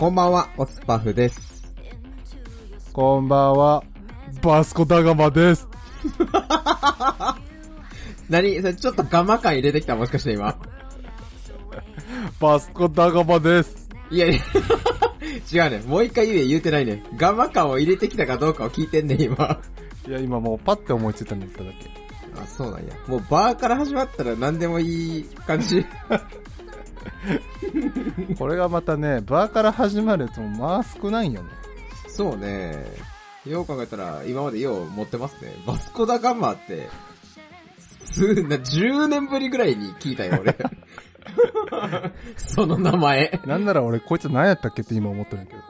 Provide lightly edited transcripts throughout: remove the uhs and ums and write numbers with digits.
こんばんは、オスパフです。 こんばんは、バスコダガマです。 何それちょっとガマ感入れてきたもしかして今。 バスコダガマです。 いやいや、違うね。もう一回言うてないね。ガマ感を入れてきたかどうかを聞いてんね今。 いや、今もうパッて思いついたんだっただけ。 あ、そうなんや。もうバーから始まったら何でもいい感じ。 これがまたね、バーから始まるやつもまあ少ないんよね。 そうね。よう考えたら今までよう持ってますね。バスコダガマって、10年ぶりぐらいに聞いたよ俺。その名前。 なんなら俺こいつ何やったっけって今思ってるんだけど。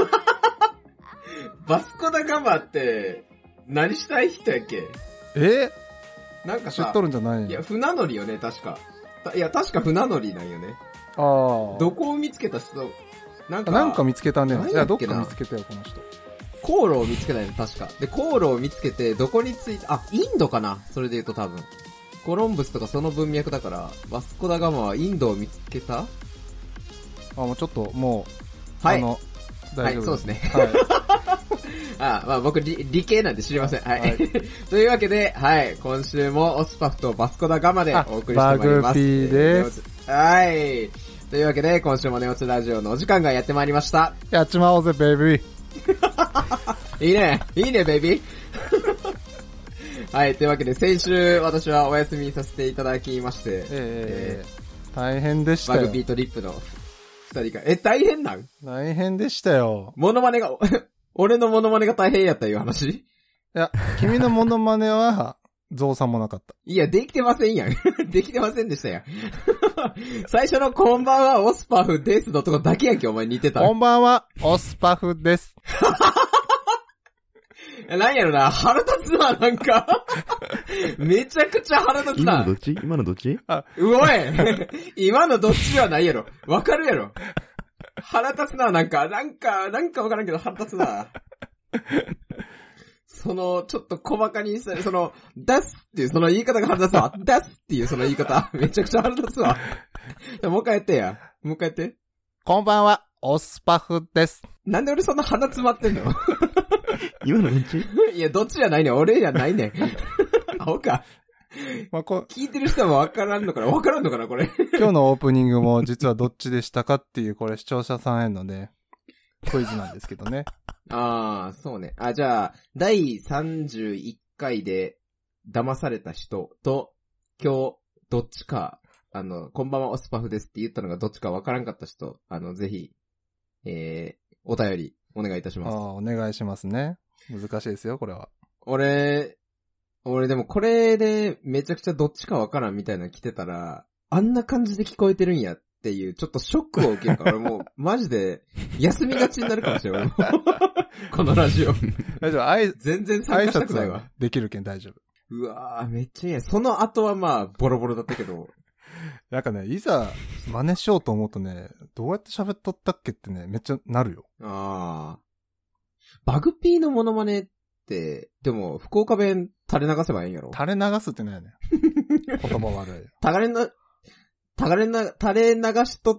バスコダガマって何したい人やっけ？なんかさ、 知っとるんじゃないんいや、船乗りよね、確か。いや、確か船乗りなんよね。 ああ。 どこを見つけた人、 なんか見つけたね。 いや、どっか見つけたよ、この人。 航路を見つけたよね、確か。で、航路を見つけて、どこに着いた、インドかな？それで言うと多分。コロンブスとかその文脈だから、バスコダガマはインドを見つけた？ もうちょっと、もう、 はい。 大丈夫です。 はい、そうですね。 はい。 まあ僕理系なんで知りません。はい。 はい、 というわけで、はい、今週もオスパフとバスコダガマでお送りしてまいります。 バグピーです。 はい。というわけで、今週もネオツラジオのお時間がやってまいりました。 やっちまおうぜ、ベイビー。いいね、ベイビー。はい、というわけで、先週私はお休みさせていただきまして、 大変でしたよ。 バグピーとリップの二人が、大変なん？ 大変でしたよ。 モノマネが、俺のモノマネが大変やったいう話？ いや、君のモノマネは、増産もなかった。 いや、できてませんやん。できてませんでしたやん。最初のこんばんは、オスパフですのとこだけやんけ、お前似てた。 こんばんは、オスパフです。 なんやろな、腹立つな、なんか。めちゃくちゃ腹立つな。 今のどっちおい今のどっちはないやろ。わかるやろ。腹立つな、なんかわからんけど腹立つな。ちょっと小馬鹿にした、出すっていうその言い方が腹立つわ。出すっていうその言い方、めちゃくちゃ腹立つわ。もう一回やってや。もう一回やって。 こんばんは、オスパフです。 なんで俺そんな鼻詰まってんの？ 今のどっち？ いや、どっちじゃないねん。俺じゃないねん。アホか。聞いてる人もわからんのかなこれ。 今日のオープニングも実はどっちでしたかっていう、これ視聴者さんへのね、クイズなんですけどね。 ああ、そうね。じゃあ、第31回で騙された人と、今日、どっちか、こんばんはオスパフですって言ったのがどっちかわからんかった人、ぜひ、お便り、お願いいたします。 お願いしますね。難しいですよ、これは。 俺でもこれでめちゃくちゃどっちかわからんみたいなの来てたら、あんな感じで聞こえてるんやっていう、ちょっとショックを受けるから、俺もう、マジで、休みがちになるかもしれない。このラジオ。 大丈夫、 全然参加したくないわ。 できるけん大丈夫。 うわぁ、めっちゃいいや。その後はまあ、ボロボロだったけど。 なんかね、いざ、真似しようと思うとね、どうやって喋っとったっけってね、めっちゃなるよ。 バグピーのモノマネって、でも、福岡弁垂れ流せばいいんやろ？ 垂れ流すってないね。言葉悪い。 垂れ流しと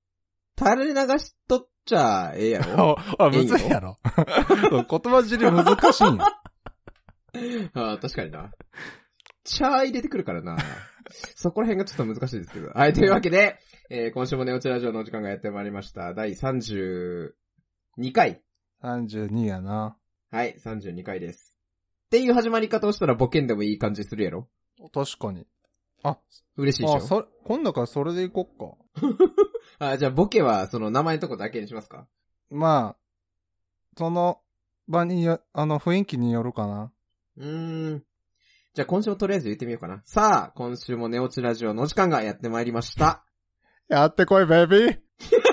っちゃええやろ？ むずいやろ。言葉尻難しいんよ。 確かにな。チャー入れてくるからな。そこら辺がちょっと難しいですけど。はい、というわけで、今週もネオチラジオのお時間がやってまいりました。第32回。 32やな。 はい、32回です。っていう始まり方をしたらボケんでもいい感じするやろ？ 確かに。 嬉しいでしょ？ 今度からそれでいこっか。じゃあボケはその名前のとこだけにしますか？ まあ、その場に雰囲気によるかな。 じゃあ今週もとりあえず言ってみようかな。さあ、今週もネオチラジオのお時間がやってまいりました。 やってこい、ベイビー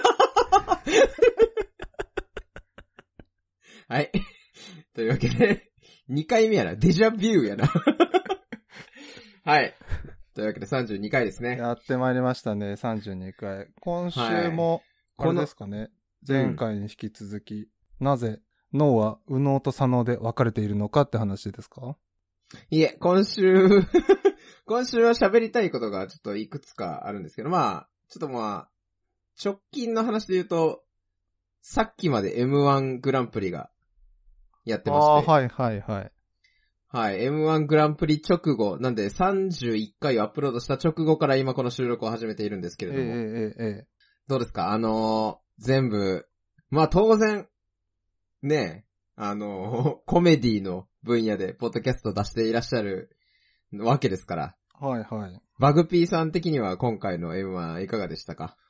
はい。というわけで、2回目やな。デジャビューやな。はい。というわけで32回ですね。 やってまいりましたね、32回。今週も、あれですかね。前回に引き続き、なぜ脳は右脳と左脳で分かれているのかって話ですか？ いえ、今週は喋りたいことがちょっといくつかあるんですけど、ちょっと直近の話で言うと、 さっきまで M1 グランプリがやってまして。 はいはいはい。 はい、M1 グランプリ直後、なんで31回をアップロードした直後から今この収録を始めているんですけれども。どうですか？全部、まあ当然、ねコメディの分野でポッドキャスト出していらっしゃるわけですから。 はいはい。 バグピーさん的には今回の M1 いかがでしたか？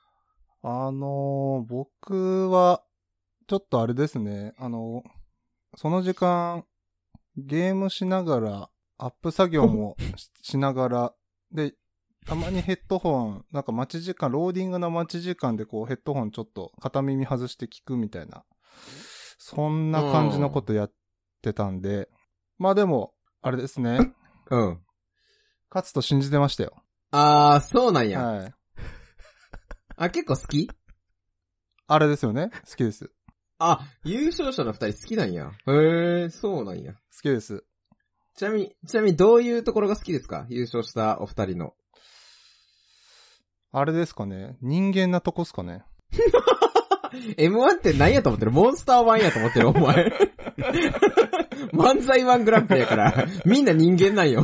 僕は、ちょっとあれですね。その時間、ゲームしながら、アップ作業もしながら、で、たまにヘッドホン、なんか待ち時間、ローディングの待ち時間でこうヘッドホンちょっと片耳外して聞くみたいな、そんな感じのことやってたんで、まあでも、あれですね。 うん。 勝つと信じてましたよ。 そうなんや。 はい。 結構好き？ あれですよね。好きです。 優勝者の二人好きなんや。へえ、そうなんや。 好きです。 ちなみにどういうところが好きですか？優勝したお二人の。 あれですかね。人間なとこっすかね。 M1 って何やと思ってる？モンスター1やと思ってるお前。漫才1グランプリやから、みんな人間なんよ。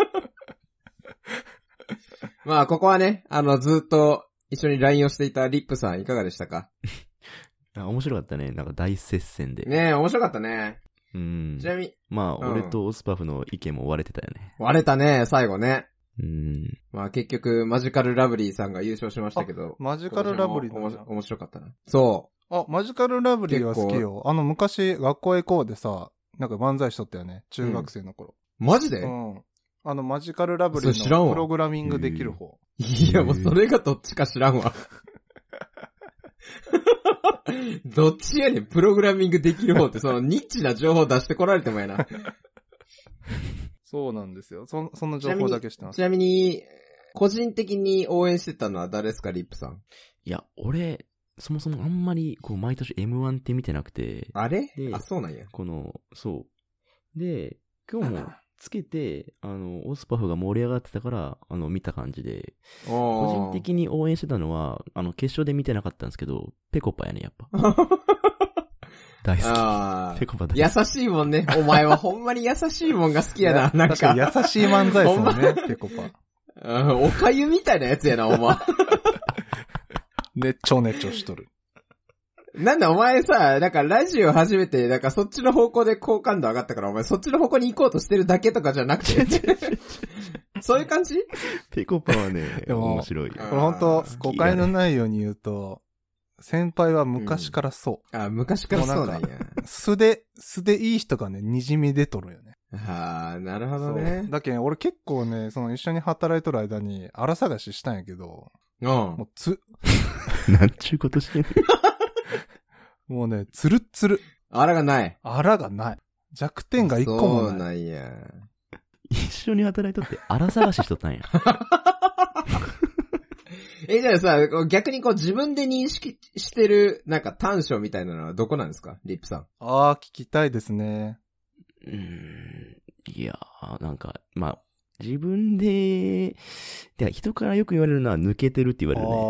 まあ、ここはね、ずっと一緒に LINE をしていたリップさんいかがでしたか？ 面白かったね。なんか大接戦で。 ねえ、面白かったね。 ちなみに。 まあ、俺とオスパフの意見も割れてたよね。 割れたね、最後ね。まあ結局、マジカルラブリーさんが優勝しましたけど。 マジカルラブリー面白かったな。そう。 マジカルラブリーは好きよ。昔、学校へ行こうでさ、なんか漫才しとったよね。中学生の頃。 マジで？ マジカルラブリーのプログラミングできる方。 いや、もうそれがどっちか知らんわ。どっちやねん、プログラミングできる方って、そのニッチな情報出してこられてもやな。 そうなんですよ。その情報だけしてます。 ちなみに、個人的に応援してたのは誰ですか、リップさん。 いや、俺、そもそもあんまり、毎年 M1 って見てなくて。 あれ？そうなんや。 そう。で、今日もつけて、オスパフが盛り上がってたから、見た感じで。個人的に応援してたのは、決勝で見てなかったんですけど、ペコパやね、やっぱ。大好き。ペコパ大好き。 優しいもんね。お前はほんまに優しいもんが好きやな。なんか。 優しい漫才ですもんね、ペコパ。 おかゆみたいなやつやな、お前。 ねちょねちょしとる。 なんだお前さ、なんかラジオ始めて、なんかそっちの方向で好感度上がったからお前そっちの方向に行こうとしてるだけとかじゃなくて。そういう感じ？ ペコパはね、面白い。これ本当誤解のないように言うと、先輩は昔からそう。 昔からそうなんや。 素でいい人がね、滲み出とるよね。 なるほどね。 だけど俺結構ね、一緒に働いとる間に荒探ししたんやけど、もうなんちゅうことしてんの？ もうね、つるっつる。 あらがない。 弱点が一個もない。 そうなんや。 一緒に働いとって荒探ししとったんや。 じゃあさ、逆に自分で認識してる、なんか短所みたいなのはどこなんですか？リップさん。 聞きたいですね。 いやー、なんか、まあ、自分で、人からよく言われるのは抜けてるって言われるね。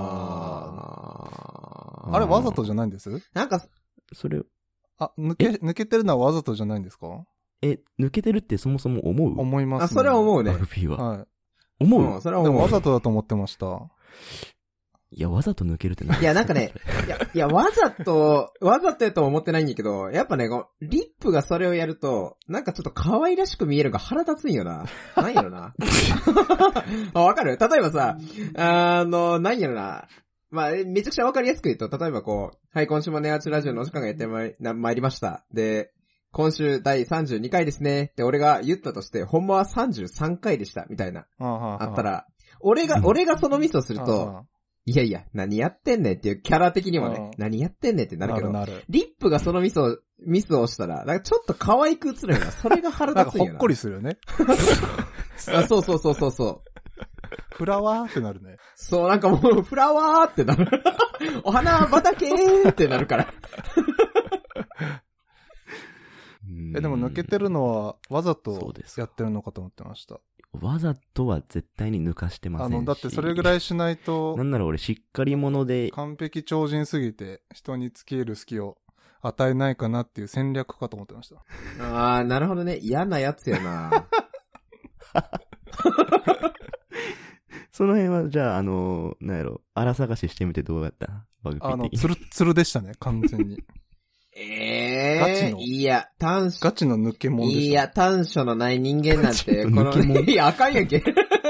あれわざとじゃないんです？ なんか、 それ、 抜けてるのはわざとじゃないんですか？ 抜けてるってそもそも思う？ 思いますね。 それは思うね。 バグピーは。 はい。 思う？ それは思う。 でもわざとだと思ってました。 いや、わざと抜けるって何？ いや、なんかね、いや、わざとやとは思ってないんだけど、やっぱね、リップがそれをやると、なんかちょっと可愛らしく見えるが腹立つんよな。なんやろな。わかる？例えばさ、なんやろな。まあ、めちゃくちゃわかりやすく言うと、例えばはい、今週もネアチラジオのお時間がやってまいりました。で、今週第32回ですね。って俺が言ったとして、ほんまは33回でした。みたいな。あったら、俺がそのミスをすると、いやいや、何やってんねんっていうキャラ的にもね、何やってんねんってなるけど、リップがそのミスをしたら、なんかちょっと可愛く映るよな。それが腹立つんよな。 なんかほっこりするよね。 そう。 フラワーってなるね。 そう、なんかもう、フラワーってなる。お花畑ーってなるから。 でも抜けてるのはわざとやってるのかと思ってました。 わざとは絶対に抜かしてませんし。 だってそれぐらいしないとな、んなら俺しっかり者で、 完璧超人すぎて人に付き得る隙を与えないかなっていう戦略かと思ってました。 あー、なるほどね。嫌なやつやな。 その辺は、じゃあ、なんやろ、荒探ししてみてどうやったバグピ的に。 ツルッツルでしたね、完全に。ガチのいや、短所。 ガチの抜け物でした。 いや、短所のない人間なんて、この、 抜け物いや、あかんやんけ。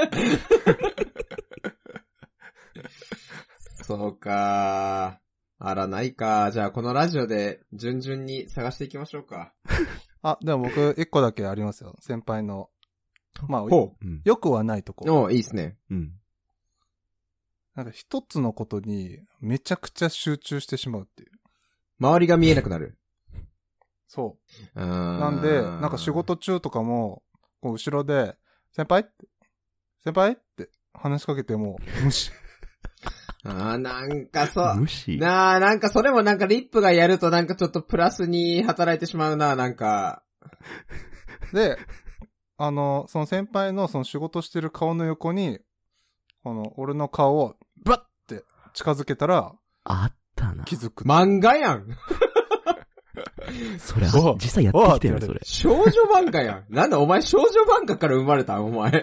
そうか。あら、ないか。じゃあ、このラジオで、順々に探していきましょうか。 あ、でも僕、一個だけありますよ。先輩の。まあ、 ほうん。 よくはないとこ。 おいいっすね。 うん。 なんか一つのことにめちゃくちゃ集中してしまうっていう。 周りが見えなくなる。 そう。 ななんで、なんか仕事中とかも、こう後ろで、先輩って話しかけても、無視。 なんかそう。 無視なんかそれもなんかリップがやるとなんかちょっとプラスに働いてしまうな、なんか。 で、その先輩のその仕事してる顔の横に、俺の顔を、バッて近づけたら、 あったな。 気づく。 漫画やん。 それ、 お実際やってきたよね、それ。 少女漫画やん。なんだお前少女漫画から生まれたんお前。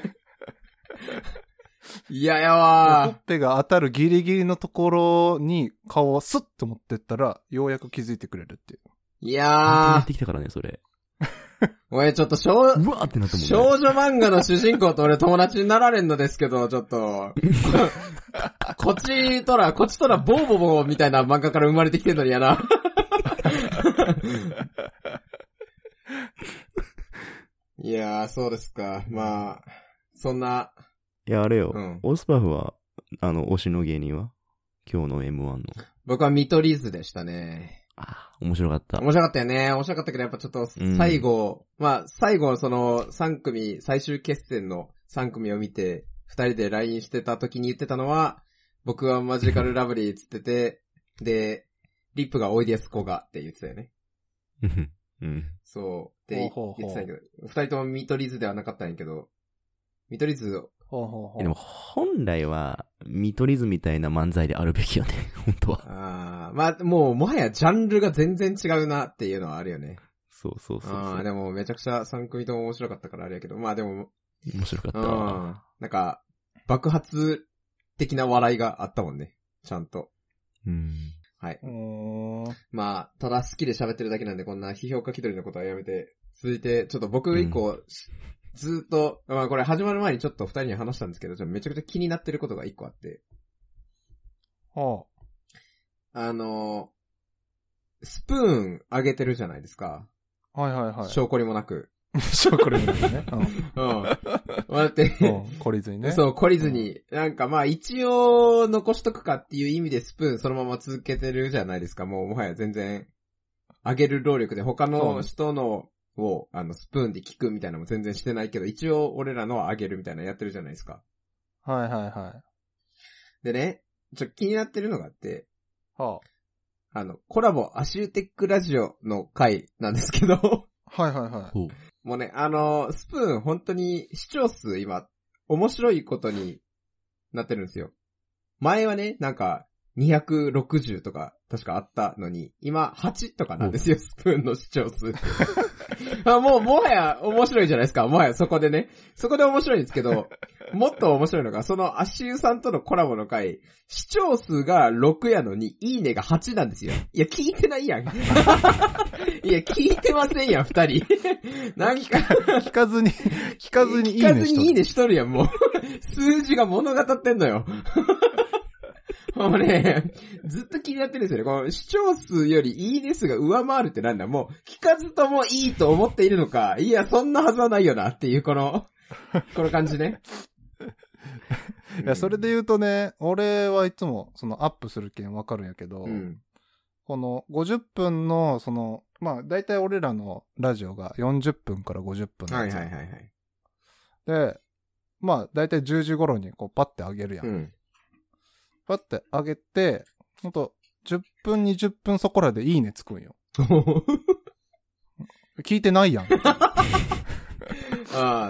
いややほわっぺが当たるギリギリのところに顔をスッと持ってったら、ようやく気づいてくれるっていう。 い本当にややってきたからね、それ。 俺ちょっとうわーってなったもんね。 少女漫画の主人公と俺友達になられんのですけど、ちょっと。こっちとらボーボボみたいな漫画から生まれてきてんのにやな。いやー、そうですか。まあ、そんな、 いや、あれよ。 うんオスパフは、推しの芸人は今日の M1 の。 僕は見取り図でしたね。 面白かった。 面白かったよね。面白かったけど、やっぱちょっと最後、最後その3組、最終決戦の3組を見て、2人で LINE してた時に言ってたのは、僕はマジカルラブリーっつってて、で、リップがおいでやすこがって言ってたよね。 うん。 そう。ってほうほうほう言ってたんやけど、2人とも見取り図ではなかったんやけど、見取り図、 ほうほうほう。 でも、本来は、見取り図みたいな漫才であるべきよね、本当は。 もう、もはやジャンルが全然違うなっていうのはあるよね。 そう。 でもめちゃくちゃ3組とも面白かったからあれやけど、でも、 面白かったわ。 なんか、爆発的な笑いがあったもんね。ちゃんと。はい。ただ好きで喋ってるだけなんで、こんな批評家気取りのことはやめて、続いて、ちょっと僕以降、ずっと、これ始まる前にちょっと2人に話したんですけど、めちゃくちゃ気になってることが1個あって。スプーンあげてるじゃないですか。 はいはいはい。 証拠りもなく。 証拠りもなくね。 だって、 懲りずにね。 そう、懲りずに。なんか一応残しとくかっていう意味でスプーンそのまま続けてるじゃないですか。もはや全然、あげる労力で他の人のを、スプーンで聞くみたいなのも全然してないけど、一応俺らのはあげるみたいなのやってるじゃないですか。 はいはいはい。 でね、気になってるのがあって、 コラボアシューテックラジオの回なんですけど、 はいはいはい。 もうね、スプーン本当に視聴数今、面白いことになってるんですよ。前はね、なんか、260とか確かあったのに、今8とかなんですよ、スプーンの視聴数。もはや面白いじゃないですか。もはやそこでね。そこで面白いんですけど、もっと面白いのが、そのアシューさんとのコラボの回、視聴数が6やのに、いいねが8なんですよ。いや、聞いてないやん。いや、聞いてませんやん、二人。なんか聞かずにいいねしとる。 聞かずにいいねしとるやん、もう。数字が物語ってんのよ。もうね、ずっと気になってるんですよね。この視聴数よりいいね数が上回るってなんだ。もう、聞かずともいいと思っているのか。いや、そんなはずはないよなっていう、この感じね。 いや、それで言うとね、俺はいつも、アップする件わかるんやけど、この50分の、だいたい俺らのラジオが40分から50分なんですよ。で、だいたい10時頃にこうパッて上げるやん。パッて上げて、ほんと、10分、20分そこらでいいねつくんよ。聞いてないやん。 な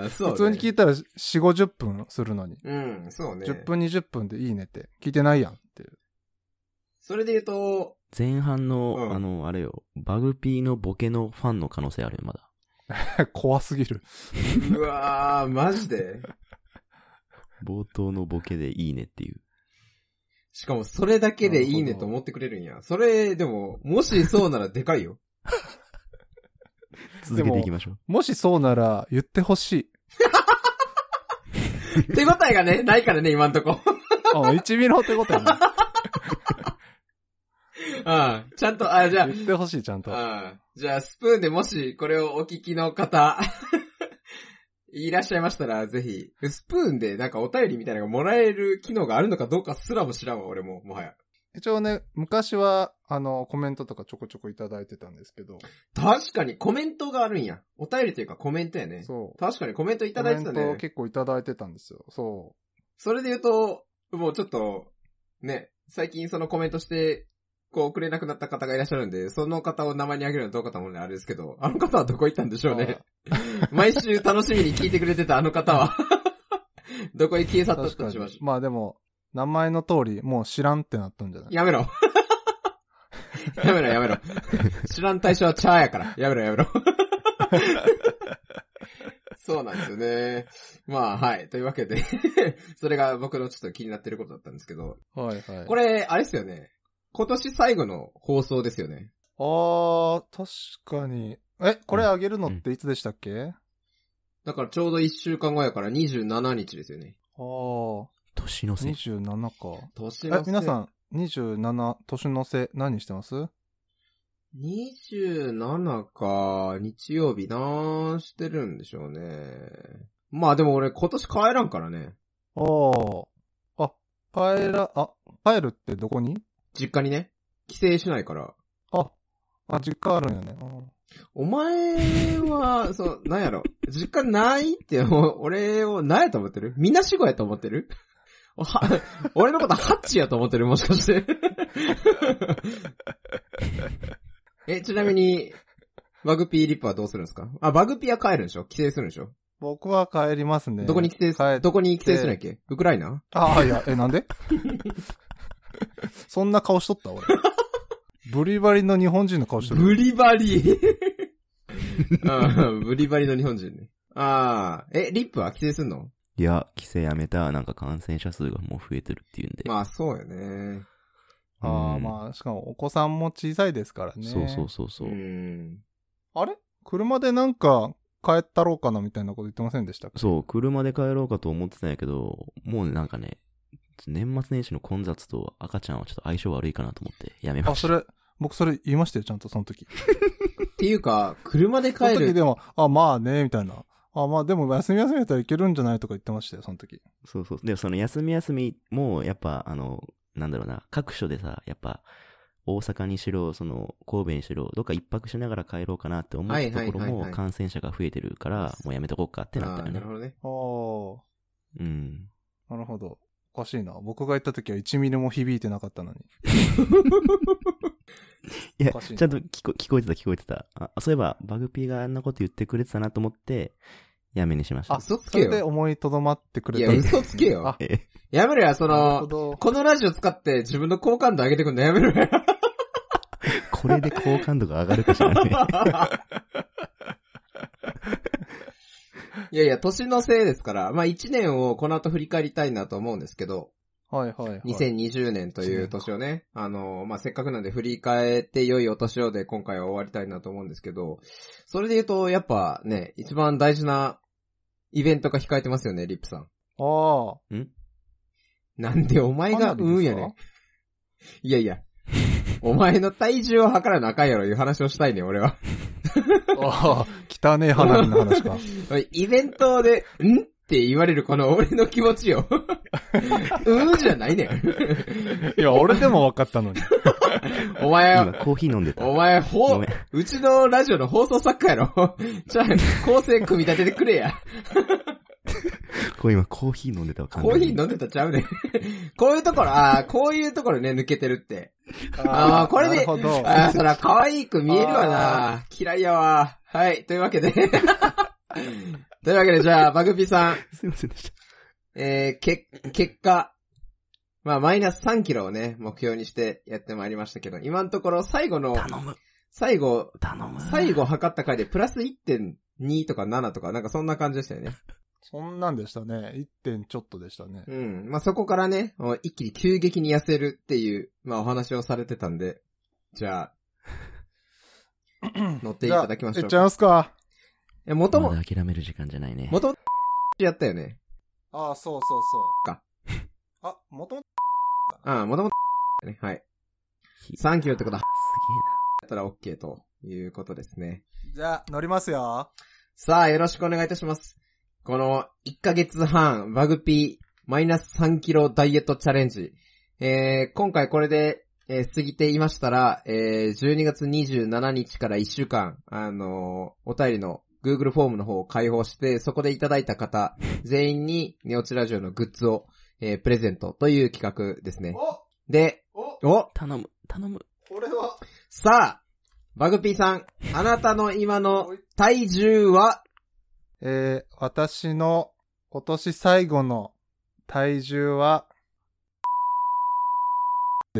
あ、そう、ね。 普通に聞いたら4、50分するのに。 うん、そうね。 10分、20分でいいねって聞いてないやんっていう。 それで言うと、 前半の、 うん、 あれよ、バグピーのボケのファンの可能性あるよ、まだ。 怖すぎる。 うわー、マジで。 冒頭のボケでいいねっていう。 しかもそれだけでいいねと思ってくれるんや。それ、でも、もしそうならでかいよ。 続けていきましょう。 もしそうなら言ってほしい。 手応えがね、ないからね、今んとこ。 1ミリの手応えない。 ああ、ちゃんと、ああ、じゃあ。 言ってほしい、ちゃんと。 ああ、じゃあ、スプーンでもし、これをお聞きの方、いらっしゃいましたら、ぜひ、スプーンでなんかお便りみたいなのがもらえる機能があるのかどうかすらも知らんわ、俺も、もはや。 一応ね、昔は、コメントとかちょこちょこいただいてたんですけど。 確かにコメントがあるんや。お便りというかコメントやね。 そう。 確かにコメントいただいてたね。 コメント結構いただいてたんですよ。そう。 それで言うと、もうちょっと、ね、最近そのコメントして、こうくれなくなった方がいらっしゃるんで、その方を名前に挙げるのはどうかと思うのであれですけど、あの方はどこ行ったんでしょうね。毎週楽しみに聞いてくれてたあの方は、どこへ消え去ったとしましょう。 まあでも、名前の通り、もう知らんってなったんじゃない？ やめろ。やめろやめろ。知らん対象はチャーやから。やめろやめろ。そうなんですよね。まあ、はい。というわけで、それが僕のちょっと気になってることだったんですけど。 はいはい。 これ、あれですよね。今年最後の放送ですよね。 確かに。これあげるのっていつでしたっけ？ だからちょうど1週間後やから27日ですよね。 年の瀬。 27か。 年の瀬。 皆さん、27、年の瀬、何してます？ 27か、日曜日なしてるんでしょうね。まあでも俺今年帰らんからね。 帰るってどこに？ 実家にね。帰省しないから。 実家あるんやね。 お前は、なんやろ。実家ないって、俺を何やと思ってる？みなしごやと思ってる？俺のことハッチやと思ってる？もしかして。ちなみに、バグピーリップはどうするんですか？バグピーは帰るんでしょ？帰省するんでしょ？ 僕は帰りますね。 どこに帰省するんやっけ？ウクライナ？ いや、なんで？そんな顔しとった俺。ブリバリの日本人の顔しとる。 ブリバリブリバリの日本人ね。リップは帰省すんの？ いや、帰省やめた。なんか感染者数がもう増えてるっていうんで。 まあそうよね。 まあ、しかもお子さんも小さいですからね。 そう。 あれ？車でなんか帰ったろうかなみたいなこと言ってませんでしたっけ？ そう、車で帰ろうかと思ってたんやけど、もうなんかね、年末年始の混雑と赤ちゃんはちょっと相性悪いかなと思ってやめました。 僕それ言いましたよ、ちゃんとその時。 っていうか、車で帰る。 その時でも、まあね、みたいな。まあでも休みやったらいけるんじゃないとか言ってましたよ、その時。 そう。でもその休みも、やっぱなんだろうな、各所でさ、やっぱ、大阪にしろ、神戸にしろ、どっか一泊しながら帰ろうかなって思ったところも感染者が増えてるから、もうやめとこうかってなったよね。 なるほどね。 うん。 なるほど。おかしいな。僕が行った時は1ミリも響いてなかったのに。 いや、ちゃんと聞こえてた。そういえば、バグピーがあんなこと言ってくれてたなと思って、やめにしました。 嘘つけよ。 それで思いとどまってくれた。 いや、嘘つけよ。やめろや、このラジオ使って自分の好感度上げてくんのやめろや。 これで好感度が上がるかしらね。 いや、年のせいですから、まあ1年をこの後振り返りたいなと思うんですけど、 はい。 2020年という年をね、まあせっかくなんで振り返って良いお年をで今回は終わりたいなと思うんですけど、それで言うと、やっぱね、一番大事なイベントが控えてますよね、リップさん。なんでお前がやねん。いや、お前の体重を測らなあかんやろいう話をしたいね、俺は。 汚ねえ花火の話か。 イベントで、って言われるこの俺の気持ちよ。じゃないねん。 いや、俺でも分かったのに。 お前、今コーヒー飲んでた。 お前、うちのラジオの放送作家やろ。じゃあ、構成組み立ててくれや。 今コーヒー飲んでたわ。 コーヒー飲んでたちゃうね。こういうところね、抜けてるって。これで、そら可愛く見えるわな。嫌いやわ。はい、というわけで。 というわけで、じゃあ、バグピさん、 すいませんでした。 結果、まあ、マイナス3キロをね、目標にしてやってまいりましたけど、今のところ最後頼む。 測った回でプラス 1.2 とか7とか、なんかそんな感じでしたよね。 そんなんでしたね。1 点ちょっとでしたね。 うん。まあ、そこからね、一気に急激に痩せるっていう、まあ、お話をされてたんで、じゃあ、乗っていただきましょう。 いっちゃいますか。 まだ諦める時間じゃないね。 元々やったよね。 ああ、そうそうそう。 か。 あ、元 々ね、はい。3キロってことは、 すやったら OK ということですね。 じゃあ、乗りますよ。 さあ、よろしくお願いいたします。この1ヶ月半、バグピー、マイナス3キロダイエットチャレンジ。今回これで、過ぎていましたら、12月27日から1週間、お便りの Google フォームの方を開放して、そこでいただいた方、全員にネオチラジオのグッズを、プレゼントという企画ですね。で、 頼む。 これは、 さあ、バグピーさん、あなたの今の体重は私の今年最後の体重は、です。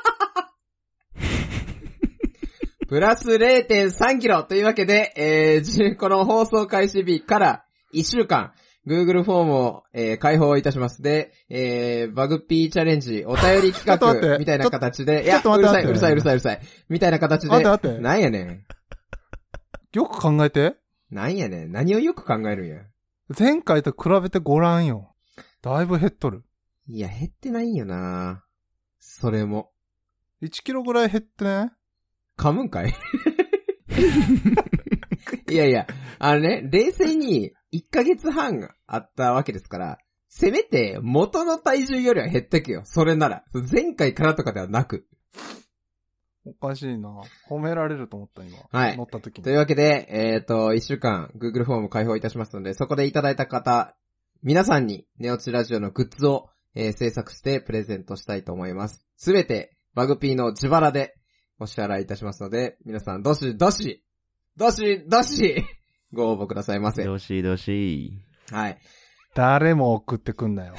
プラス 0.3 キロというわけで、この放送開始日から1週間、Google フォームを、開放いたします。で、バグピーチャレンジ、お便り企画、みたいな形で、いや、うるさい、みたいな形で、 待って。 なんやねん。 よく考えて。 なんやねん。何をよく考えるんや。 前回と比べてごらんよ。だいぶ減っとる。 いや、減ってないんよな。それも。 1キロぐらい減ってね。 噛むんかいいや、冷静に1ヶ月半あったわけですから、せめて元の体重よりは減ってくよ。それなら。前回からとかではなく。 おかしいな。褒められると思った今。 はい。 乗った時に。 というわけで、1週間 Google フォーム開放いたしますので、そこでいただいた方、皆さんにネオチラジオのグッズを、制作してプレゼントしたいと思います。すべてバグピーの自腹でお支払いいたしますので、皆さんどしどしご応募くださいませ。 どし。 はい。 誰も送ってくんなよ。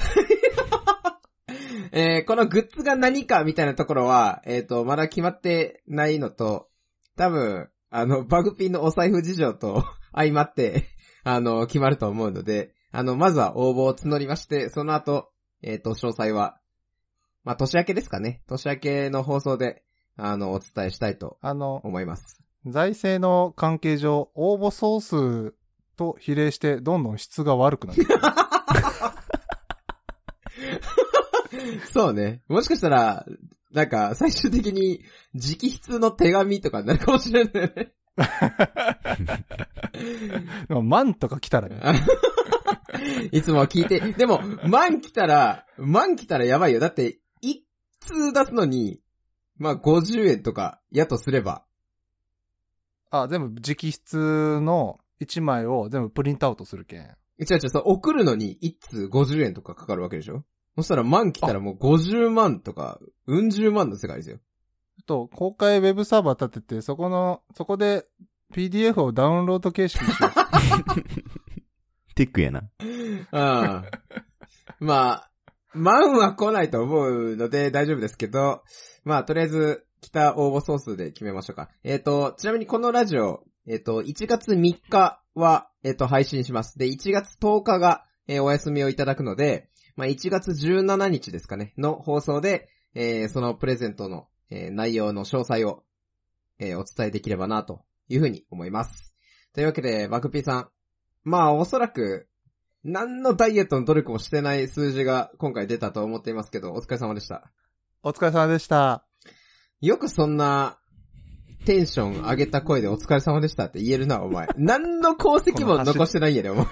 このグッズが何かみたいなところは、まだ決まってないのと、多分、バグピンのお財布事情と相まって、決まると思うので、まずは応募を募りまして、その後、詳細は、まあ、年明けですかね。年明けの放送で、お伝えしたいと思います。 財政の関係上、応募総数と比例してどんどん質が悪くなってる。 そうね。もしかしたら、なんか、最終的に、直筆の手紙とかになるかもしれないね。 でも万とか来たらね。 いつも聞いて、でも、万来たらやばいよ。だって、一通出すのに、まあ、50円とか、やとすれば。 あ、全部直筆の1枚を全部プリントアウトするけん。 違う、送るのに一通50円とかかかるわけでしょ？そしたら万来たらもう50万とか、うん十万の世界ですよ。 公開ウェブサーバー立てて、そこで PDF をダウンロード形式にしよう。 テックやな。 ああ。まあ、万は来ないと思うので大丈夫ですけど、まあ、とりあえず、来た応募総数で決めましょうか。ちなみにこのラジオ、1月3日は、配信します。で、1月10日が、お休みをいただくので、まあ、1月17日ですかね、の放送で、そのプレゼントの、内容の詳細を、お伝えできればな、というふうに思います。というわけで、バクピーさん。まあ、おそらく、何のダイエットの努力もしてない数字が今回出たと思っていますけど、お疲れ様でした。 お疲れ様でした。 よくそんな、テンション上げた声でお疲れ様でしたって言えるな、お前。何の功績も残してないんやで、お前。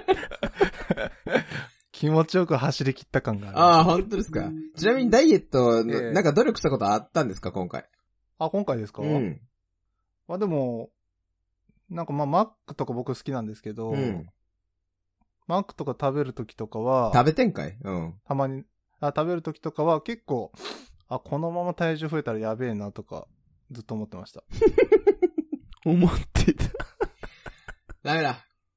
気持ちよく走り切った感がある。 ああ、本当ですか。ちなみにダイエットの、なんか努力したことあったんですか、今回。 あ、今回ですか？うん。まあでも、なんかまあマックとか僕好きなんですけど、マックとか食べるときとかは、 食べてんかい？ たまに、食べるときとかは結構、このまま体重増えたらやべえなとか、ずっと思ってました。 思ってた。 ダメだ。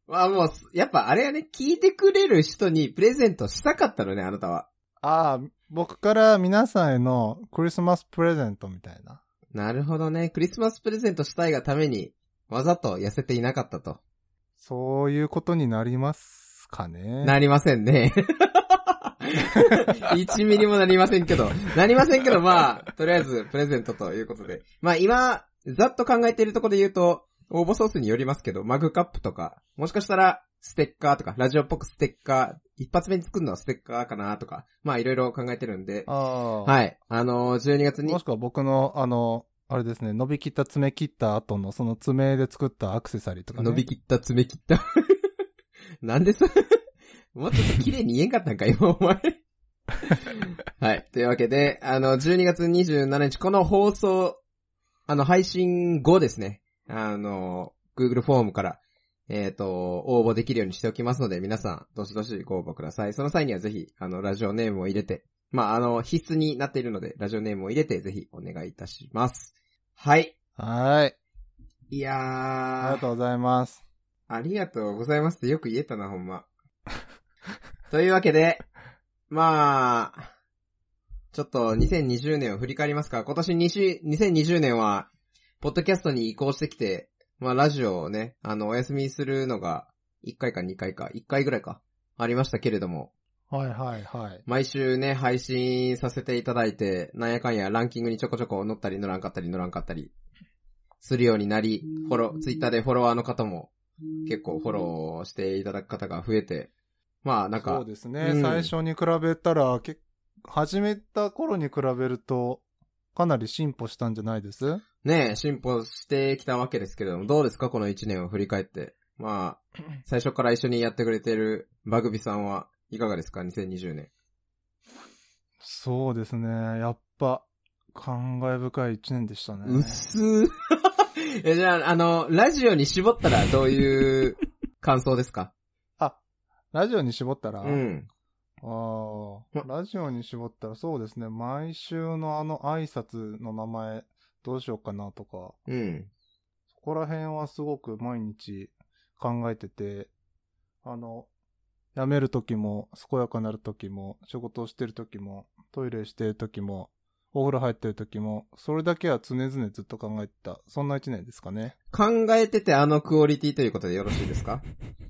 まあもう、やっぱあれはね、聞いてくれる人にプレゼントしたかったのね、あなたは。 ああ、僕から皆さんへのクリスマスプレゼントみたいな。 なるほどね。クリスマスプレゼントしたいがために、わざと痩せていなかったと。 そういうことになりますかね。 なりませんね。1ミリもなりませんけど。まあ、とりあえずプレゼントということで。まあ今、ざっと考えているところで言うと、応募ソースによりますけど、マグカップとか、もしかしたら、ステッカーとか、ラジオっぽくステッカー、一発目に作るのはステッカーかなとか、まあいろいろ考えてるんで、 ああ。 はい。12月にもし、くは僕の、あれですね、伸びきった爪切った後のその爪で作ったアクセサリーとかね。 伸びきった爪切った。なんでもうちょっと綺麗に言えんかったんか、今お前。はい。というわけで、12月27日、この放送、配信後ですね。Google フォームから、応募できるようにしておきますので、皆さん、どしどしご応募ください。その際にはぜひ、ラジオネームを入れて、まあ、必須になっているので、ラジオネームを入れて、ぜひお願いいたします。はい。 はい。 いやー。 ありがとうございます。 ありがとうございますってよく言えたな、ほんま。というわけで、まあ、ちょっと2020年を振り返りますか。今年2020年は、ポッドキャストに移行してきて、まあラジオをね、お休みするのが、1回か2回か、1回ぐらいか、ありましたけれども。 はいはいはい。 毎週ね、配信させていただいて、なんやかんやランキングにちょこちょこ乗ったり乗らんかったり、するようになり、ツイッターでフォロワーの方も、結構フォローしていただく方が増えて、まあなんか。 そうですね、最初に比べたら、始めた頃に比べると、かなり進歩したんじゃないです？ ねえ、進歩してきたわけですけれども、どうですかこの1年を振り返って。まあ、最初から一緒にやってくれているバグビさんはいかがですか ?2020 年。 そうですね、やっぱ、感慨深い1年でしたね。 うっすー。じゃあ、ラジオに絞ったらどういう感想ですか？ ラジオに絞ったら、 うん。 ラジオに絞ったらそうですね、毎週の挨拶の名前どうしようかなとか、 うん。 そこら辺はすごく毎日考えてて、辞める時も、健やかなる時も、仕事をしてる時も、トイレしてる時も、お風呂入ってる時も、それだけは常々ずっと考えてた、そんな一年ですかね。 考えててクオリティということでよろしいですか？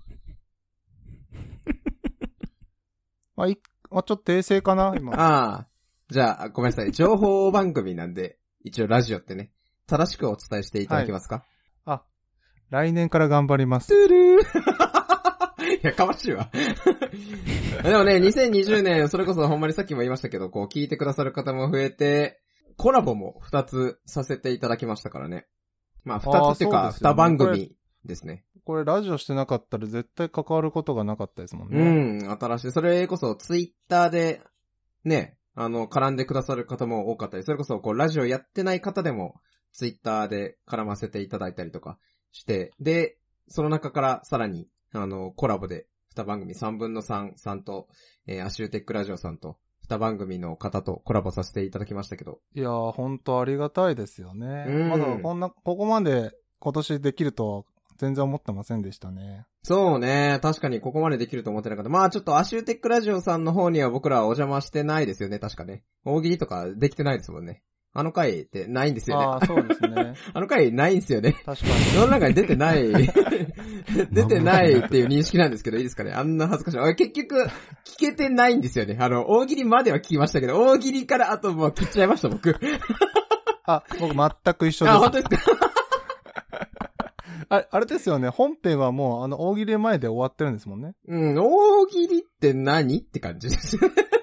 まあ、ちょっと訂正かな今。 ああ。じゃあ、ごめんなさい。情報番組なんで、一応ラジオってね、正しくお伝えしていただけますか？ はい、来年から頑張ります。 トゥルーいや、かましいわ。でもね、2020年、それこそほんまにさっきも言いましたけど、こう聞いてくださる方も増えて、コラボも2つさせていただきましたからね。まあ2つっていうか、2番組ですね。 これラジオしてなかったら絶対関わることがなかったですもんね。 うん、新しい。それこそツイッターで、ね、絡んでくださる方も多かったり、それこそこうラジオやってない方でも、ツイッターで絡ませていただいたりとかして、で、その中からさらに、コラボで、2番組3分の3さんと、アシューテックラジオさんと、2番組の方とコラボさせていただきましたけど。 いやー、ほんとありがたいですよね。まだここまで今年できるとは全然思ってませんでしたね。 そうね。確かにここまでできると思ってなかった。まあちょっとアシューテックラジオさんの方には僕らはお邪魔してないですよね。確かね。大喜利とかできてないですもんね。あの回ってないんですよね。 ああ、そうですね。 あの回ないんですよね。 確かに。 世の中に出てない、出てないっていう認識なんですけど、いいですかね。あんな恥ずかしい。結局、聞けてないんですよね。大喜利までは聞きましたけど、大喜利からあともう切っちゃいました、僕。 僕全く一緒です。 あ、本当ですか？ あれですよね。本編はもう、大喜利前で終わってるんですもんね。 うん、大喜利って何って感じです。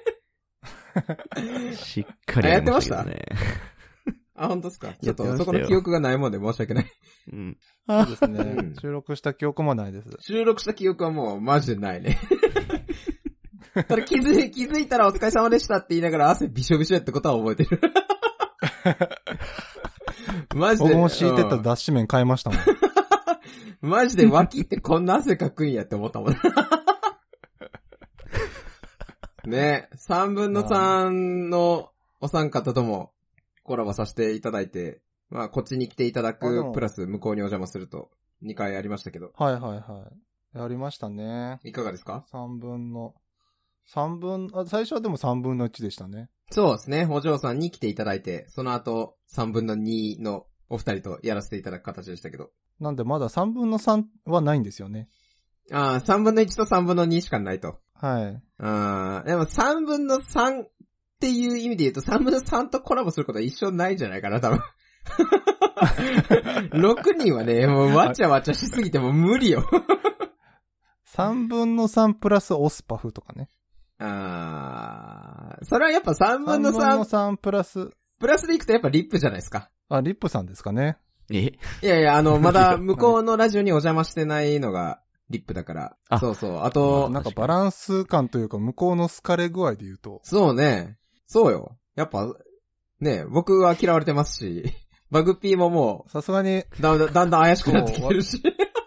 しっかりやってましたね。 あ、本当ですか？ちょっとそこの記憶がないもんで申し訳ない。 うん。 そうですね。収録した記憶もないです。 収録した記憶はもうマジでないね。ただ気づいたらお疲れ様でしたって言いながら汗びしょびしょやったことは覚えてる。マジで。 僕も敷いてた脱脂麺買いましたもん。 マジで脇ってこんな汗かくんやって思ったもん。ね、3分の3のお三方ともコラボさせていただいて、まあこっちに来ていただくプラス向こうにお邪魔すると2回ありましたけど。 はいはいはやりましたね。 いかがですか？ 最初はでも3分の1でしたね。 そうですね。お嬢さんに来ていただいて、その後3分の2のお二人とやらせていただく形でしたけど。 なんでまだ3分の3はないんですよね。 ああ、3分の1と3分の2しかないと。 はい。 ああ、でも3分の3っていう意味で言うと3分の3とコラボすることは一緒ないんじゃないかな、多分。6人はね、もうわちゃわちゃしすぎても無理よ。 3分の3プラスオスパフとかね。 ああ、それはやっぱ3分の3。 3分の3プラス。 プラスでいくとやっぱリップじゃないですか。 あ、リップさんですかね。 いやいや、まだ向こうのラジオにお邪魔してないのがリップだから。 あ、 そうそう。あと、 なんかバランス感というか、向こうの好かれ具合で言うと。 そうね。そうよ。やっぱ、ね、僕は嫌われてますし、バグピーももう、 さすがに、 だんだん怪しくなってきてるし。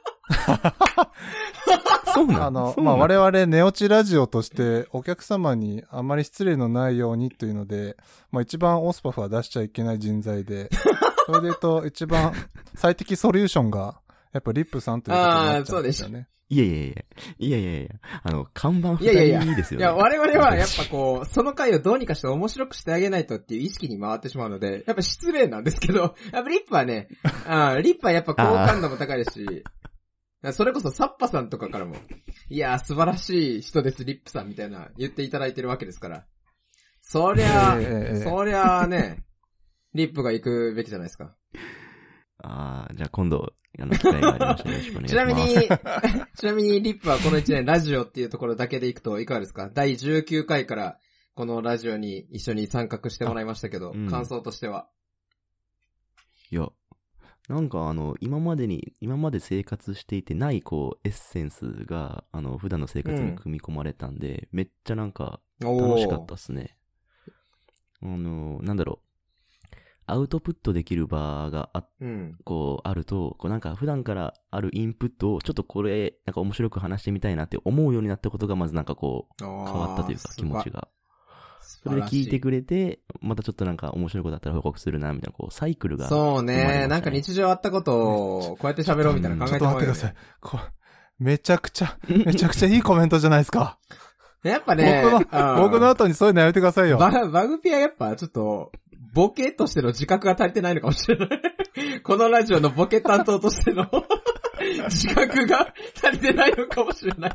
そうなの？ まあ、我々寝落ちラジオとしてお客様にあまり失礼のないようにというので、まあ一番オスパフは出しちゃいけない人材で、それで言うと一番最適ソリューションが、やっぱリップさんということになっちゃうんですよね。 いや、看板二人ですよね。 いや、我々はやっぱこう、その回をどうにかして面白くしてあげないとっていう意識に回ってしまうので、やっぱ失礼なんですけど、やっぱリップはね、リップはやっぱ好感度も高いし、それこそサッパさんとかからも、いや、素晴らしい人です、リップさんみたいな言っていただいてるわけですから。そりゃね、リップが行くべきじゃないですか。 じゃあ今度、機会がありましたらよろしくお願いします。 ちなみにリップはこの1年ラジオっていうところだけで行くといかがですか？第19回からこのラジオに一緒に参画してもらいましたけど、感想としては。 いや、なんか今まで生活していてないエッセンスが、普段の生活に組み込まれたんで、めっちゃなんか、楽しかったっすね。なんだろう。アウトプットできる場があると、なんか普段からあるインプットを、ちょっとこれ、なんか面白く話してみたいなって思うようになったことが、まずなんか変わったというか、気持ちが。それで聞いてくれて、またちょっとなんか面白いことあったら報告するな、みたいな、サイクルが。 そうね。なんか日常あったことを、こうやって喋ろうみたいな考えてもらうよね。 ちょっと待ってください。めちゃくちゃいいコメントじゃないですか。 やっぱね、 僕の後にそういうのやめてくださいよ。 バグピはやっぱちょっと、ボケとしての自覚が足りてないのかもしれない。このラジオのボケ担当としての自覚が足りてないのかもしれない。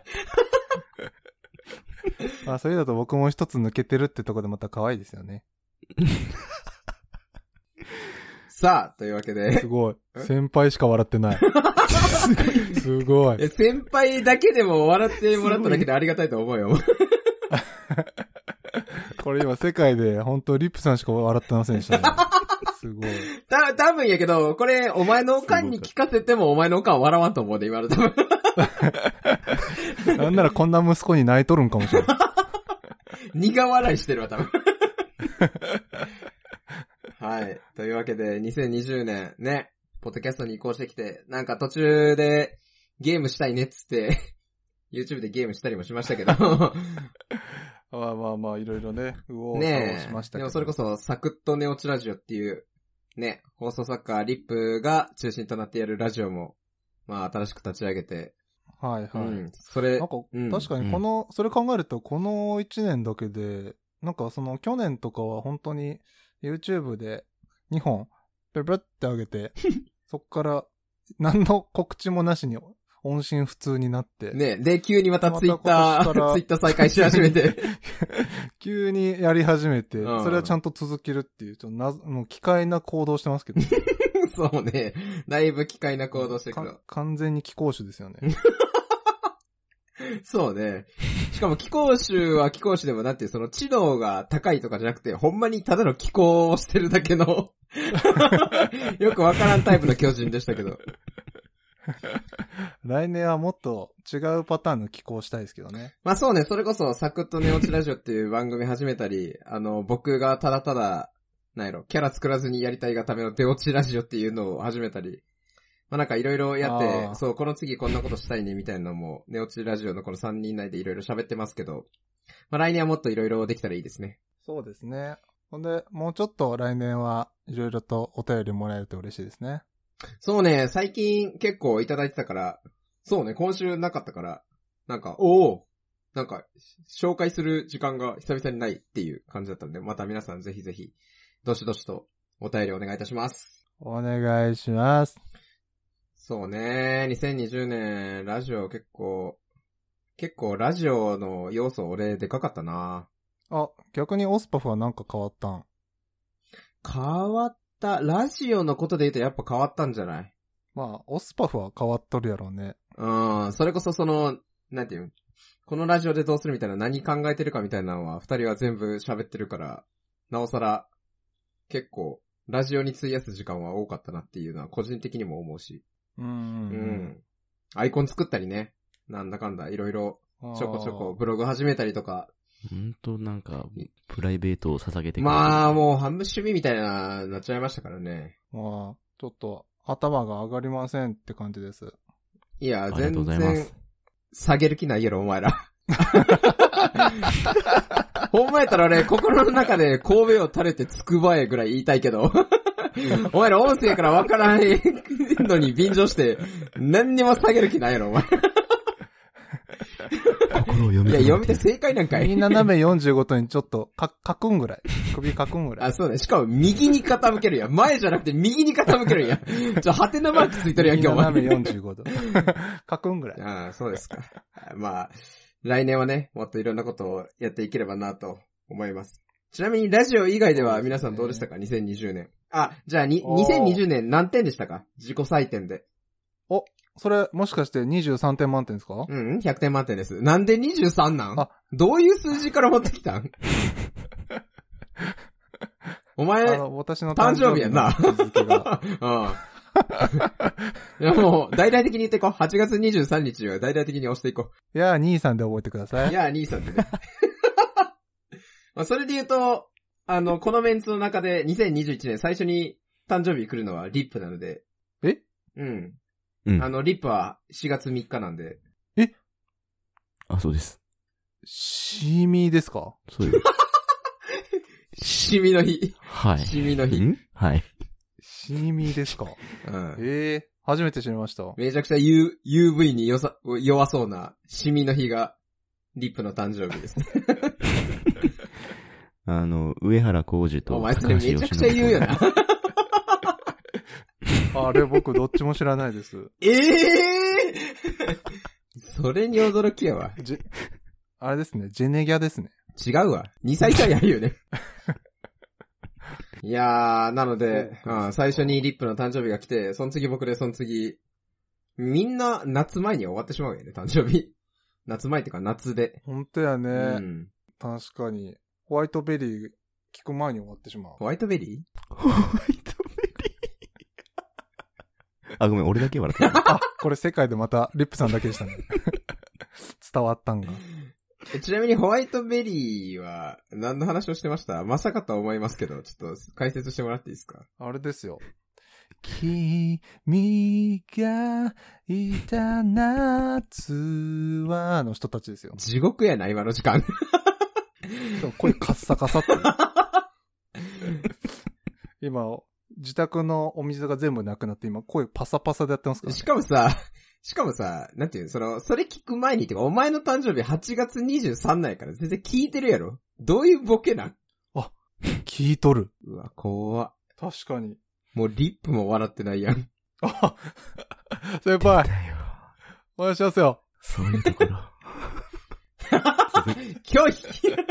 それだと僕も一つ抜けてるってとこでまた可愛いですよね。 さあ、というわけで。 すごい。先輩しか笑ってない。すごい。 先輩だけでも笑ってもらっただけでありがたいと思うよ。 これ今世界で本当リップさんしか笑ってませんでしたね。すごい。 多分やけど、これお前のおかんに聞かせてもお前のおかん笑わんと思うで、今の多分。 なんならこんな息子に泣いとるんかもしれない。 苦笑いしてるわ、多分。はい。というわけで、2020年ね、ポッドキャストに移行してきて、なんか途中でゲームしたいねっつって、YouTube でゲームしたりもしましたけど。 まあ、いろいろね、右往左往しましたけど。 でもそれこそ、サクッと寝落ちラジオっていう、ね、放送作家リップが中心となってやるラジオも、まあ新しく立ち上げて。 はいはい。 それ、 なんか、確かにそれ考えるとこの1年だけで、なんかその去年とかは本当に YouTube で2本、ペペって上げて、そっから何の告知もなしに音信不通になって。 ね、で、急にまたツイッター再開し始めて。 急にやり始めて、それはちゃんと続けるっていう、もう奇怪な行動してますけど。 そうね。だいぶ奇怪な行動してくる。 完全に貴公子ですよね。 そうね。しかも貴公子は貴公子でもだってその知能が高いとかじゃなくて、ほんまにただの気候をしてるだけのよくわからんタイプの巨人でしたけど。 来年はもっと違うパターンの気候したいですけどね。 まあそうね、それこそサクッと寝落ちラジオっていう番組始めたり、僕がただただ、キャラ作らずにやりたいがための出落ちラジオっていうのを始めたり、まあなんかいろいろやって、そう、この次こんなことしたいねみたいなのも、寝落ちラジオのこの3人内でいろいろ喋ってますけど、まあ来年はもっといろいろできたらいいですね。 そうですね。ほんで、もうちょっと来年はいろいろとお便りもらえると嬉しいですね。 そうね、最近結構いただいてたから、 そうね、今週なかったから、なんか、なんか、紹介する時間が久々にないっていう感じだったんで、また皆さんぜひぜひ、どしどしとお便りお願いいたします。 お願いします。 そうね、2020年、ラジオ結構ラジオの要素俺でかかったな。 あ、逆にオスパフはなんか変わったん？ 変わった。ラジオのことで言うとやっぱ変わったんじゃない？ まあ、オスパフは変わっとるやろうね。 それこそなんていうの？このラジオでどうするみたいな何考えてるかみたいなのは二人は全部喋ってるから、なおさら結構ラジオに費やす時間は多かったなっていうのは個人的にも思うし。アイコン作ったりね。なんだかんだいろいろちょこちょこブログ始めたりとか。 なんか、プライベートを捧げてくれて。 まあもう半分趣味みたいなっちゃいましたからね。 まあ、ちょっと頭が上がりませんって感じです。 いや、全然下げる気ないやろ、お前ら。ほんまやったら俺、心の中で神戸を垂れてつくばえぐらい言いたいけど。お前ら音声からわからないのに便乗して、何にも下げる気ないやろ、お前。 心を読みいや、読みて正解なんかい。 右斜め45度にちょっと、かくんぐらい。首かくんぐらい。 あ、そうね。しかも右に傾けるやん。前じゃなくて右に傾けるやん。ハテナマークついてるやん、今日は。 右斜め45度。かくんぐらい。 ああ、そうですか。まあ、来年はね、もっといろんなことをやっていければなと思います。ちなみにラジオ以外では皆さんどうでしたか？ 2020 年。あ、じゃあ2020年何点でしたか？自己採点で。 お、それ、もしかして23点満点ですか？ 100点満点です。なんで23なん？あ、どういう数字から持ってきたん？お前、 私の誕生日やんな。いやもう、大々的に言っていこう。8月23日は大々的に押していこう。いやー、兄さんで覚えてください。 いやー、兄さんでね。まあ、それで言うと、このメンツの中で2021年最初に誕生日来るのはリップなので。 え？ うん。リップは4月3日なんで。 え？ あ、そうです。 シミですか？ そういう。 シミの日。 はい。 シミの日。 はい。 シミですか？ うん。 初めて知りました。 めちゃくちゃ UV に弱そうなシミの日が、リップの誕生日ですね。 上原浩二とお前それめちゃくちゃ言うよな。 あれ僕どっちも知らないです。 それに驚きやわ。 あれですね、ジェネギャですね。 違うわ。2歳差やるよね。いやー、なので、最初にリップの誕生日が来て、その次僕で、その次、みんな夏前に終わってしまうよね、誕生日。夏前ってか夏で。 ほんとやね。 うん。 確かに。ホワイトベリー聞く前に終わってしまう。 ホワイトベリー？ ホワイトベリー。あ、ごめん、俺だけ笑ってた。 あ、これ世界でまたリップさんだけでしたね。伝わったんが。 ちなみにホワイトベリーは何の話をしてました？まさかとは思いますけど、ちょっと解説してもらっていいですか？ あれですよ。君がいた夏はの人たちですよ。 地獄やな、今の時間。 声カッサカサって。今、自宅のお水が全部なくなって今声パサパサでやってますからね。 しかもさ、なんていうの、それ聞く前にってか、お前の誕生日8月23なんやから全然聞いてるやろ？どういうボケなん？ あ、聞いとる。 うわ、怖っ。 確かに。 もうリップも笑ってないやん。 あ、先輩。お願いしますよ。 そういうところ。 拒否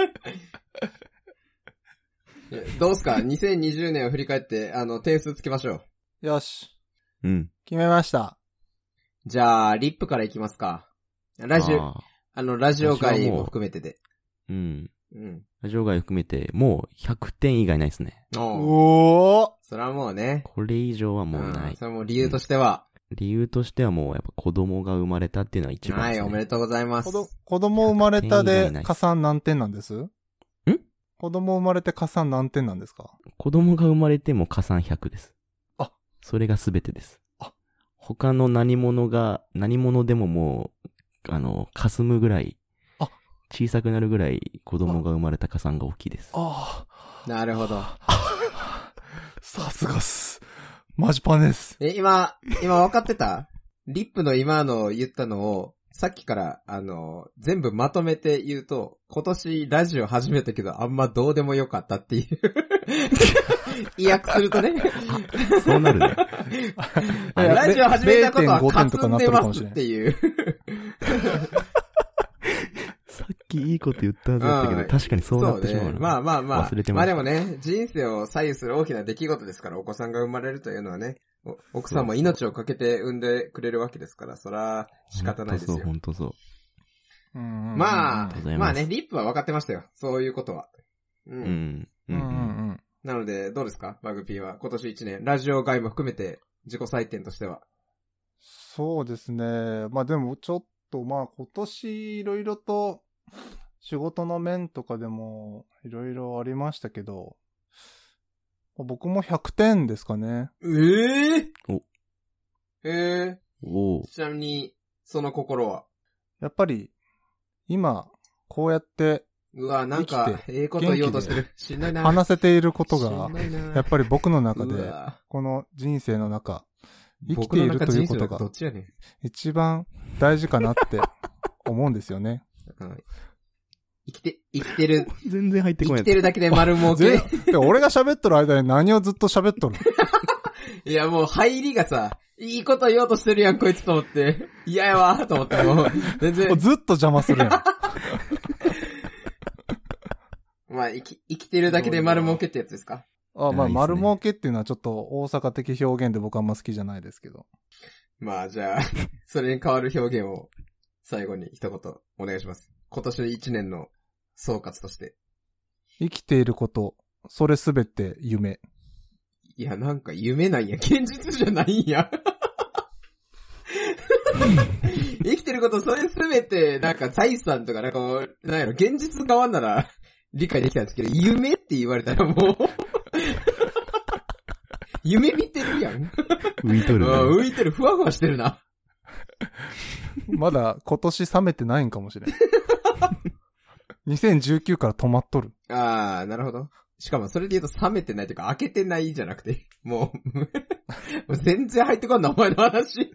どうすか ?2020 年を振り返って、点数つけましょう。よし。 うん。 決めました。 じゃあ、リップからいきますか。ラジオ界も含めてで。 うん。ラジオ界含めて、もう100点以外ないですね。 おー。 それはもうね。 これ以上はもうない。 それはもう理由としては、 理由としてはもうやっぱ子供が生まれたっていうのは一番ですね。 はい、おめでとうございます。 子供生まれたで加算何点なんです？子供生まれて加算何点なんですか？ 子供が生まれても加算100です。 あ、 それが全てです。あ、他の何者でももう、霞むぐらい、小さくなるぐらい子供が生まれた加算が大きいです。 ああ。なるほど。 さすがっす。マジパンです。 今分かってた？ リップの今の言ったのを、さっきから、全部まとめて言うと、今年ラジオ始めたけど、あんまどうでもよかったっていう。意訳するとね。 そうなるね。 ラジオ始めたことは 0.5 か点とかなっすんでまてるかもしれんすっていう。 さっきいいこと言ったはずだったけど、確かにそうなってしまうな。 ね。まあまあまあ。 忘れてました。 まあでもね、人生を左右する大きな出来事ですから、お子さんが生まれるというのはね、奥さんも命をかけて産んでくれるわけですから、そら仕方ないですよ。 ほんとそう。 まあ、まあね、リップは分かってましたよ。そういうことは。なので、どうですかバグピーは。今年1年、ラジオ外も含めて、自己採点としては。 そうですね。まあでも、ちょっと、まあ今年いろいろと、仕事の面とかでも、いろいろありましたけど、僕も100点ですかね。 ちなみに、その心はやっぱり、今、こうやって、 うわ、なんか、こと言おうとしてる。しんどいな。 話せていることが、やっぱり僕の中で、この人生の中、生きているということが、一番大事かなって思うんですよね。 生きてる。 全然入ってこない。 生きてるだけで丸儲け。 俺が喋っとる間に何をずっと喋っとるいや、もう入りがさ、いいこと言おうとしてるやん、こいつと思って。嫌やわ、と思って、もう、全然。 ずっと邪魔するやん。 まあ、生きてるだけで丸儲けってやつですか？ まあ、丸儲けっていうのはちょっと大阪的表現で僕はあんま好きじゃないですけど。 まあ、じゃあ、それに変わる表現を最後に一言お願いします。今年1年の総括として。 生きていること、それすべて夢。 いや、なんか夢なんや。現実じゃないんや。生きてること、それすべて、なんか財産とか、なんか、なんやろ、現実変わんなら理解できたんですけど、夢って言われたらもう、夢見てるやん。 浮いとる、ね。 浮いてる、ふわふわしてるな。 まだ今年冷めてないんかもしれん。2019から止まっとる。 あー、なるほど。しかもそれで言うと冷めてないというか開けてないじゃなくて、もう全然入ってこんなお前の話。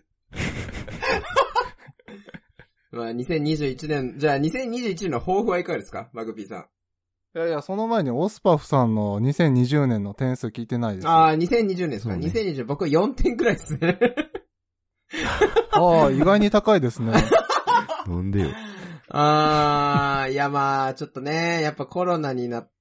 まあ2021年、じゃあ2021年の抱負はいかがですかマグピーさん。 いやいや、その前にオスパフさんの2020年の点数聞いてないです。 ああ、2020年ですか、ね、2020僕4点くらいですね。 ああ、意外に高いですね。 なんでよ。 いやまあ、ちょっとね、やっぱコロナになって、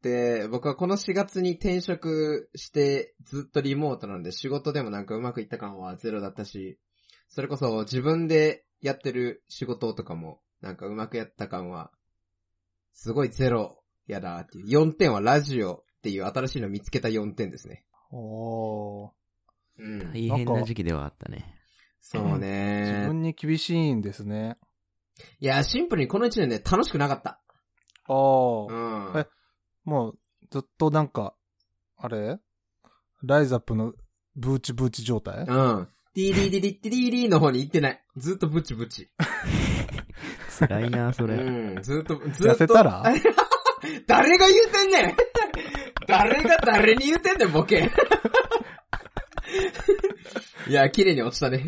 僕はこの4月に転職してずっとリモートなんで仕事でもなんかうまくいった感はゼロだったし、それこそ自分でやってる仕事とかもなんかうまくやった感はすごいゼロやだっていう。4点はラジオっていう新しいの見つけた4点ですね。 おー。 うん。 大変な時期ではあったね。 そうね。 自分に厳しいんですね。 いや、シンプルにこの1年ね、楽しくなかった。 もう、ずっとなんか、あれライザップのブーチブーチ状態？ ティーリーリリッティリーリーの方に行ってない。ずっとブチブチ。 辛いな、それ。 ずっと。 痩せたら誰が言うてんねん誰が誰に言うてんねん、ボケ。いや、綺麗に落ちたね。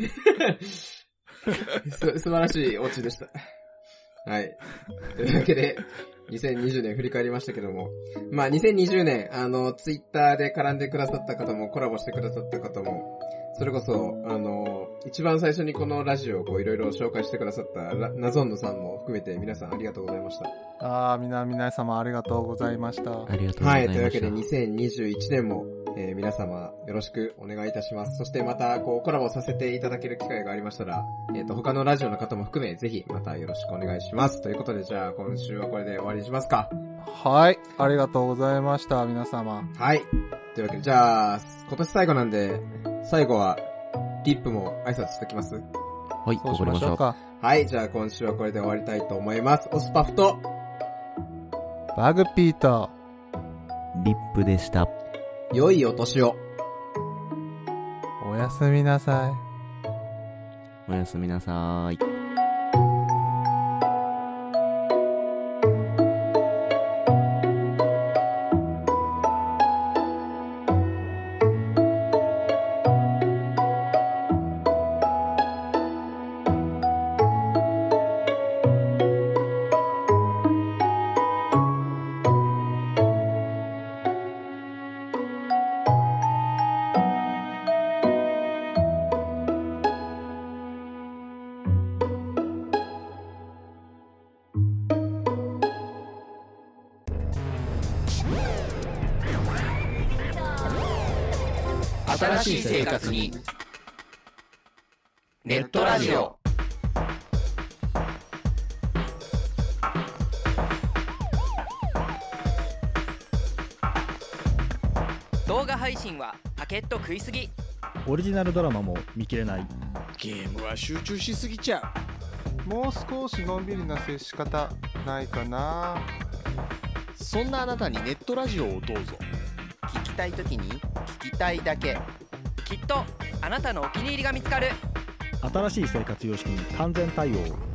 素晴らしいオチでした。はい。というわけで、2020年振り返りましたけども。まあ、2020年、ツイッターで絡んでくださった方も、コラボしてくださった方も、それこそ、一番最初にこのラジオをこういろいろ紹介してくださったナゾンヌさんも含めて皆さんありがとうございました。 皆様ありがとうございました。 ありがとうございました。はい、 というわけで2021年も、皆様よろしくお願いいたします。そしてまたこうコラボさせていただける機会がありましたら、他のラジオの方も含めぜひまたよろしくお願いします。ということでじゃあ今週はこれで終わりにしますか。 はい、ありがとうございました皆様。 はい。というわけでじゃあ今年最後なんで最後はリップも挨拶しておきます。 はい、 そうしましょうか。 はい、じゃあ今週はこれで終わりたいと思います。オスパフとバグピーとリップでした。 良いお年を。 おやすみなさい。 おやすみなさい。 新しい生活にネットラジオ。 動画配信はパケット食いすぎ。 オリジナルドラマも見切れない。 ゲームは集中しすぎちゃう。もう少しのんびりな接し方ないかな。 そんなあなたにネットラジオをどうぞ。 聞きたいときに聞きたいだけ。 きっとあなたのお気に入りが見つかる。 新しい生活様式に完全対応。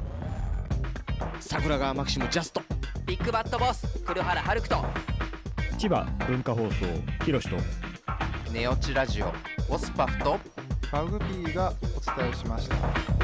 桜川マキシムジャスト。 ビッグバットボス黒原遥人。 千葉文化放送ひろしとネオチラジオオスパフとマグピーがお伝えしました。